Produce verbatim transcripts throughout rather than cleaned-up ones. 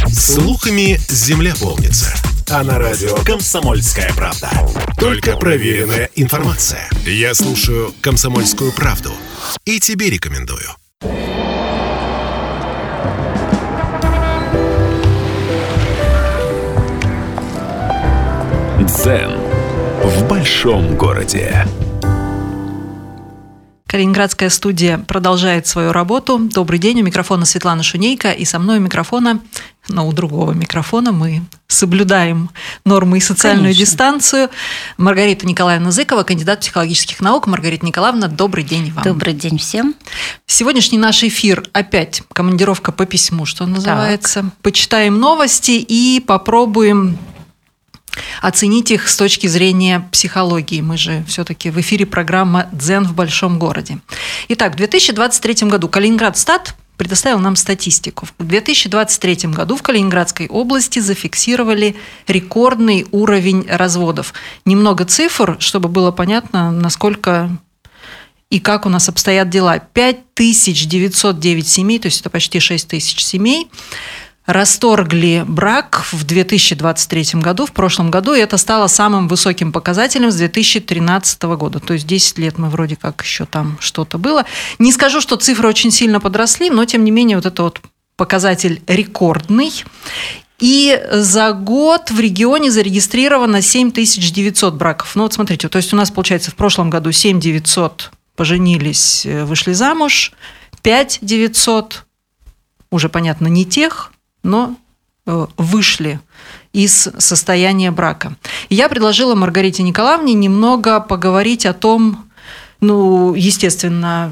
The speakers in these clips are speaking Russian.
Слухами земля полнится. А на радио «Комсомольская правда» только проверенная информация. Я слушаю «Комсомольскую правду» и тебе рекомендую. Дзен в большом городе. Калининградская студия продолжает свою работу. Добрый день, у микрофона Светлана Шунейко, и со мной у микрофона, но у другого микрофона мы соблюдаем нормы и социальную Конечно. дистанцию. Маргарита Николаевна Зыкова, кандидат психологических наук. Маргарита Николаевна, добрый день вам. Добрый день всем. Сегодняшний наш эфир опять командировка по письму, что называется. Так. Почитаем новости и попробуем оценить их с точки зрения психологии. Мы же все-таки в эфире программа «Дзен в большом городе». Итак, в две тысячи двадцать третьем году Калининградстат предоставил нам статистику. В две тысячи двадцать третьем году в Калининградской области зафиксировали рекордный уровень разводов. Немного цифр, чтобы было понятно, насколько и как у нас обстоят дела. пять тысяч девятьсот девять семей, то есть это почти шесть тысяч семей, расторгли брак в две тысячи двадцать третьем году, в прошлом году, и это стало самым высоким показателем с две тысячи тринадцатого года. То есть десять лет мы вроде как еще там что-то было. Не скажу, что цифры очень сильно подросли, но тем не менее вот это вот показатель рекордный. И за год в регионе зарегистрировано семь тысяч девятьсот браков. Ну вот смотрите, то есть у нас получается в прошлом году семь тысяч девятьсот поженились, вышли замуж, пять тысяч девятьсот, уже понятно, не тех, но вышли из состояния брака. И я предложила Маргарите Николаевне немного поговорить о том, ну, естественно,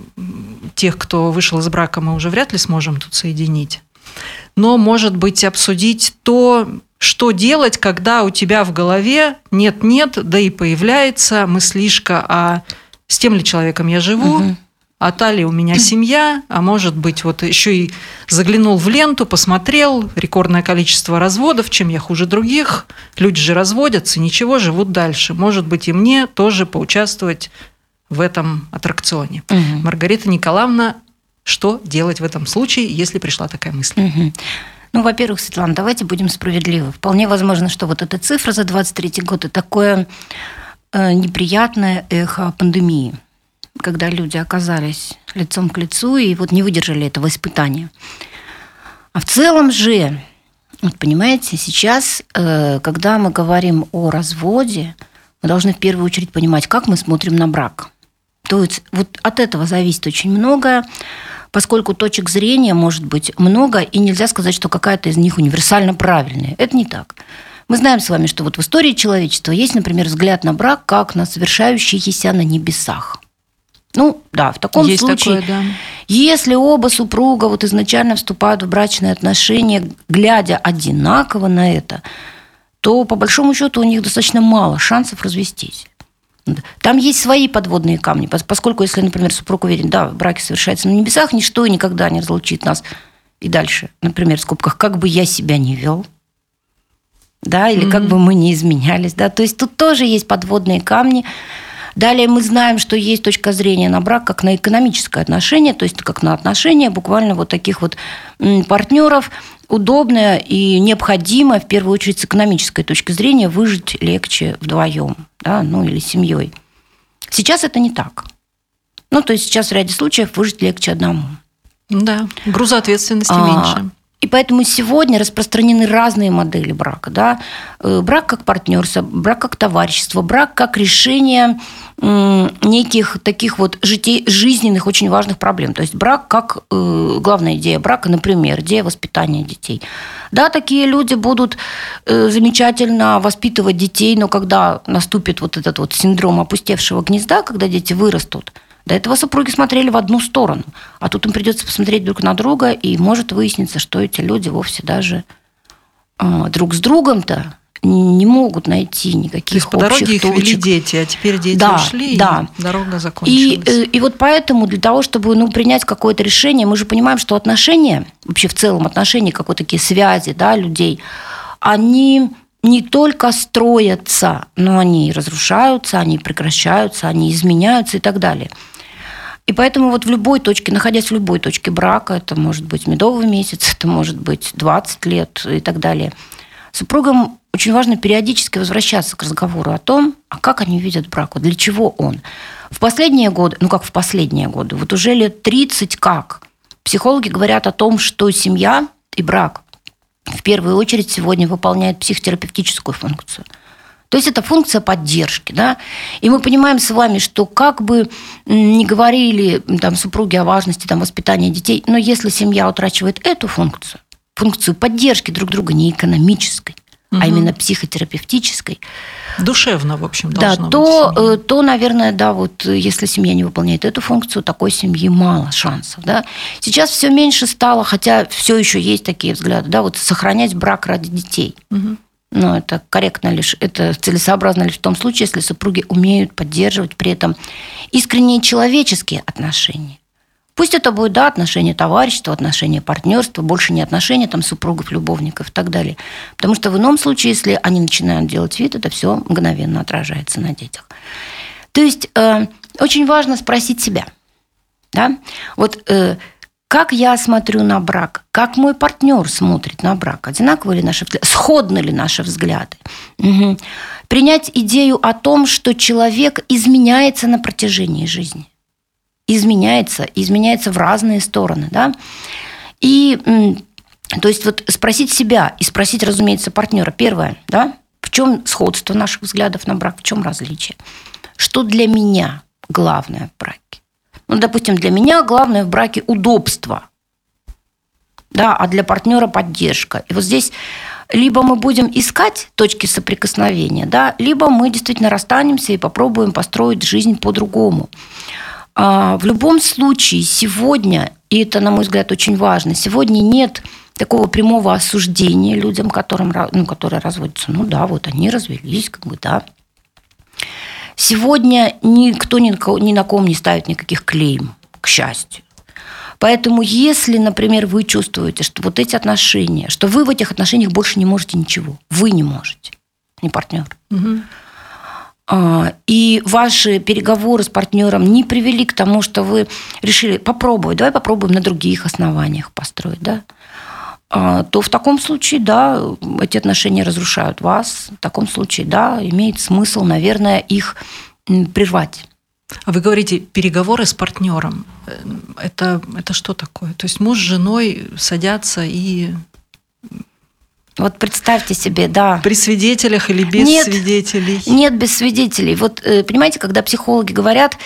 тех, кто вышел из брака, мы уже вряд ли сможем тут соединить, но, может быть, обсудить то, что делать, когда у тебя в голове нет-нет, да и появляется мыслишка, а с тем ли человеком я живу, угу. А та ли у меня семья, а может быть, вот еще и заглянул в ленту, посмотрел, рекордное количество разводов, чем я хуже других, люди же разводятся, ничего, живут дальше. Может быть, и мне тоже поучаствовать в этом аттракционе. Угу. Маргарита Николаевна, что делать в этом случае, если пришла такая мысль? Угу. Ну, во-первых, Светлана, давайте будем справедливы. Вполне возможно, что вот эта цифра за двадцать третий год – это такое э, неприятное эхо пандемии, когда люди оказались лицом к лицу и вот не выдержали этого испытания. А в целом же, вот понимаете, сейчас, когда мы говорим о разводе, мы должны в первую очередь понимать, как мы смотрим на брак. То есть вот от этого зависит очень многое, поскольку точек зрения может быть много, и нельзя сказать, что какая-то из них универсально правильная. Это не так. Мы знаем с вами, что вот в истории человечества есть, например, взгляд на брак как на совершающийся на небесах. Ну, да, в таком Есть случае, такое, да. Если оба супруга вот изначально вступают в брачные отношения, глядя одинаково на это, то, по большому счету, у них достаточно мало шансов развестись. Там есть свои подводные камни, поскольку, если, например, супруг уверен, да, в браке совершается на небесах, ничто и никогда не разлучит нас. И дальше, например, в скобках, как бы я себя не вел, да, или mm-hmm. как бы мы не изменялись, да, то есть тут тоже есть подводные камни. Далее мы знаем, что есть точка зрения на брак как на экономическое отношение, то есть как на отношения буквально вот таких вот партнеров. Удобное и необходимое, в первую очередь, с экономической точки зрения, выжить легче вдвоем, да, ну или семьей. Сейчас это не так. Ну, то есть сейчас в ряде случаев выжить легче одному. Да, груза ответственности а, меньше. И поэтому сегодня распространены разные модели брака. Да? Брак как партнерство, брак как товарищество, брак как решение неких таких вот житей, жизненных, очень важных проблем. То есть брак как главная идея брака, например, идея воспитания детей. Да, такие люди будут замечательно воспитывать детей, но когда наступит вот этот вот синдром опустевшего гнезда, когда дети вырастут, до этого супруги смотрели в одну сторону, а тут им придется посмотреть друг на друга, и может выясниться, что эти люди вовсе даже э, друг с другом-то не могут найти никаких общих точек. То есть по дороге их вели дети, а теперь дети да, ушли, да. и дорога закончилась. И, и вот поэтому для того, чтобы ну, принять какое-то решение, мы же понимаем, что отношения, вообще в целом отношения, как вот такие связи, да, людей, они не только строятся, но они разрушаются, они прекращаются, они изменяются и так далее. И поэтому вот в любой точке, находясь в любой точке брака, это может быть медовый месяц, это может быть двадцать лет и так далее, супругам очень важно периодически возвращаться к разговору о том, а как они видят брак, вот для чего он. В последние годы, ну как в последние годы, вот уже лет тридцать как, психологи говорят о том, что семья и брак в первую очередь сегодня выполняет психотерапевтическую функцию. То есть это функция поддержки, да? И мы понимаем с вами, что как бы ни говорили там, супруги о важности там, воспитания детей, но если семья утрачивает эту функцию, функцию поддержки друг друга, не экономической, угу. а именно психотерапевтической, душевно, в общем, да, должно то, быть семья. то, наверное, да, вот если семья не выполняет эту функцию, такой семьи мало шансов, да. Сейчас все меньше стало, хотя все еще есть такие взгляды, да, вот сохранять брак ради детей. Угу. Но это корректно лишь, это целесообразно лишь в том случае, если супруги умеют поддерживать при этом искренние человеческие отношения. Пусть это будет, да, отношения товарищества, отношения партнерства, больше не отношения там, супругов, любовников и так далее. Потому что в ином случае, если они начинают делать вид, это все мгновенно отражается на детях. То есть э, очень важно спросить себя, да, вот э, как я смотрю на брак, как мой партнер смотрит на брак, одинаковы ли наши взгляды, сходны ли наши взгляды. Угу. Принять идею о том, что человек изменяется на протяжении жизни. Изменяется, изменяется в разные стороны, да. И, то есть, вот спросить себя и спросить, разумеется, партнера. Первое, да, в чем сходство наших взглядов на брак, в чем различие? Что для меня главное в браке? Ну, допустим, для меня главное в браке удобство, да, а для партнера поддержка. И вот здесь либо мы будем искать точки соприкосновения, да, либо мы действительно расстанемся и попробуем построить жизнь по-другому. В любом случае сегодня, и это, на мой взгляд, очень важно, сегодня нет такого прямого осуждения людям, которым, ну, которые разводятся. Ну да, вот они развелись, как бы, да. Сегодня никто ни на, кого, ни на ком не ставит никаких клейм, к счастью. Поэтому если, например, вы чувствуете, что вот эти отношения, что вы в этих отношениях больше не можете ничего, вы не можете, не партнер. Угу. И ваши переговоры с партнером не привели к тому, что вы решили попробовать, давай попробуем на других основаниях построить, да, то в таком случае, да, эти отношения разрушают вас. В таком случае, да, имеет смысл, наверное, их прервать. А вы говорите, переговоры с партнером. Это, это что такое? То есть муж с женой садятся и... Вот представьте себе, да. При свидетелях или без нет, свидетелей? Нет, без свидетелей. Вот, понимаете, когда психологи говорят,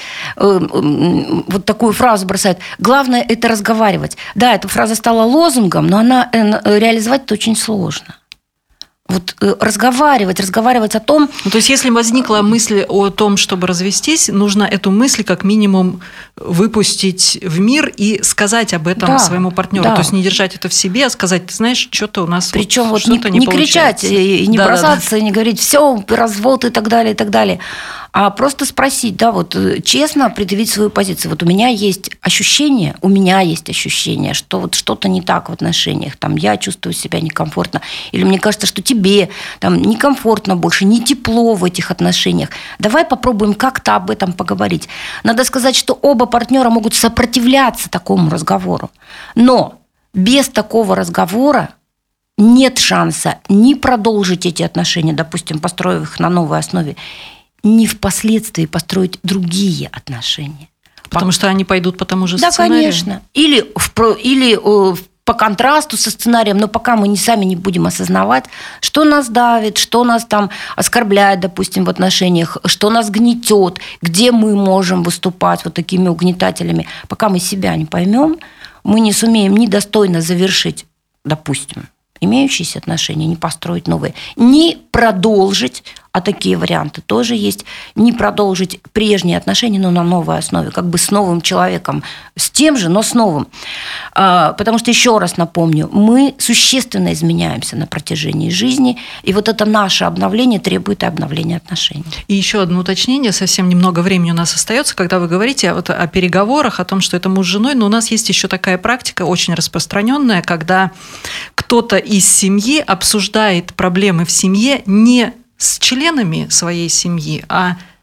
вот такую фразу бросают, главное – это разговаривать. Да, эта фраза стала лозунгом, но она реализовать-то очень сложно. Вот разговаривать, разговаривать о том... Ну, то есть, если возникла мысль о том, чтобы развестись, нужно эту мысль как минимум выпустить в мир и сказать об этом да, своему партнеру. Да. То есть, не держать это в себе, а сказать, ты знаешь, что-то у нас Причем вот, вот не, не, не кричать, и не да, бросаться, да, да. и не говорить, все, развод и так далее, и так далее. А просто спросить, да, вот честно предъявить свою позицию. Вот у меня есть ощущение, у меня есть ощущение, что вот что-то не так в отношениях, там, я чувствую себя некомфортно, или мне кажется, что тебе там некомфортно больше, не тепло в этих отношениях. Давай попробуем как-то об этом поговорить. Надо сказать, что оба партнера могут сопротивляться такому разговору, но без такого разговора нет шанса ни продолжить эти отношения, допустим, построив их на новой основе, ни впоследствии построить другие отношения. Потому что они пойдут по тому же сценарию? Да, конечно. Или, в, или по контрасту со сценарием, но пока мы не, сами не будем осознавать, что нас давит, что нас там оскорбляет, допустим, в отношениях, что нас гнетет, где мы можем выступать вот такими угнетателями. Пока мы себя не поймем, мы не сумеем ни достойно завершить, допустим, имеющиеся отношения, не построить новые, не продолжить, а такие варианты тоже есть, не продолжить прежние отношения, но на новой основе, как бы с новым человеком, с тем же, но с новым. Потому что, еще раз напомню, мы существенно изменяемся на протяжении жизни, и вот это наше обновление требует и обновления отношений. И еще одно уточнение, совсем немного времени у нас остается, когда вы говорите вот о переговорах, о том, что это муж с женой, но у нас есть еще такая практика, очень распространенная, когда кто-то из семьи обсуждает проблемы в семье не с членами своей семьи, а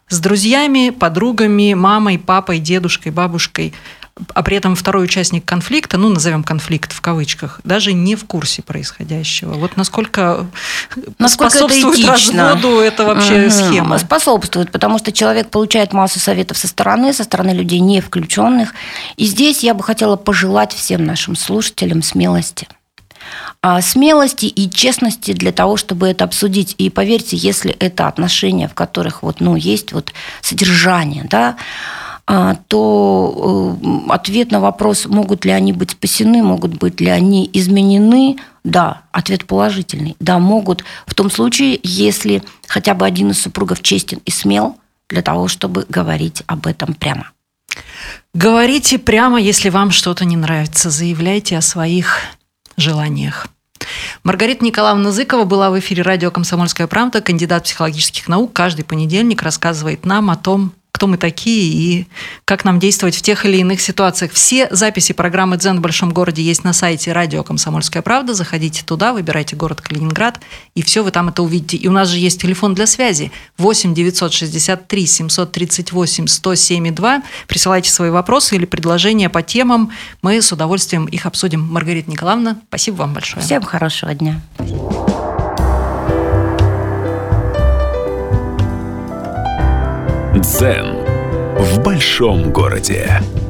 с друзьями, подругами, мамой, папой, дедушкой, бабушкой, а при этом второй участник конфликта, ну, назовем конфликт в кавычках, даже не в курсе происходящего. Вот насколько, насколько способствует это разводу эта вообще угу. схема? Способствует, потому что человек получает массу советов со стороны, со стороны людей не включенных. И здесь я бы хотела пожелать всем нашим слушателям смелости. Смелости и честности для того, чтобы это обсудить. И поверьте, если это отношения, в которых вот, ну, есть вот содержание, да, то ответ на вопрос, могут ли они быть спасены, могут быть ли они изменены, да, ответ положительный. Да, могут в том случае, если хотя бы один из супругов честен и смел для того, чтобы говорить об этом прямо. Говорите прямо, если вам что-то не нравится. Заявляйте о своих желаниях. Маргарита Николаевна Зыкова была в эфире радио «Комсомольская правда», кандидат психологических наук. Каждый понедельник рассказывает нам о том, кто мы такие и как нам действовать в тех или иных ситуациях. Все записи программы «Дзен в большом городе» есть на сайте радио «Комсомольская правда». Заходите туда, выбирайте город Калининград, и все, вы там это увидите. И у нас же есть телефон для связи восемь девятьсот шестьдесят три семьсот тридцать восемь сто семь два. Присылайте свои вопросы или предложения по темам. Мы с удовольствием их обсудим. Маргарита Николаевна, спасибо вам большое. Всем хорошего дня. Дзен в большом городе.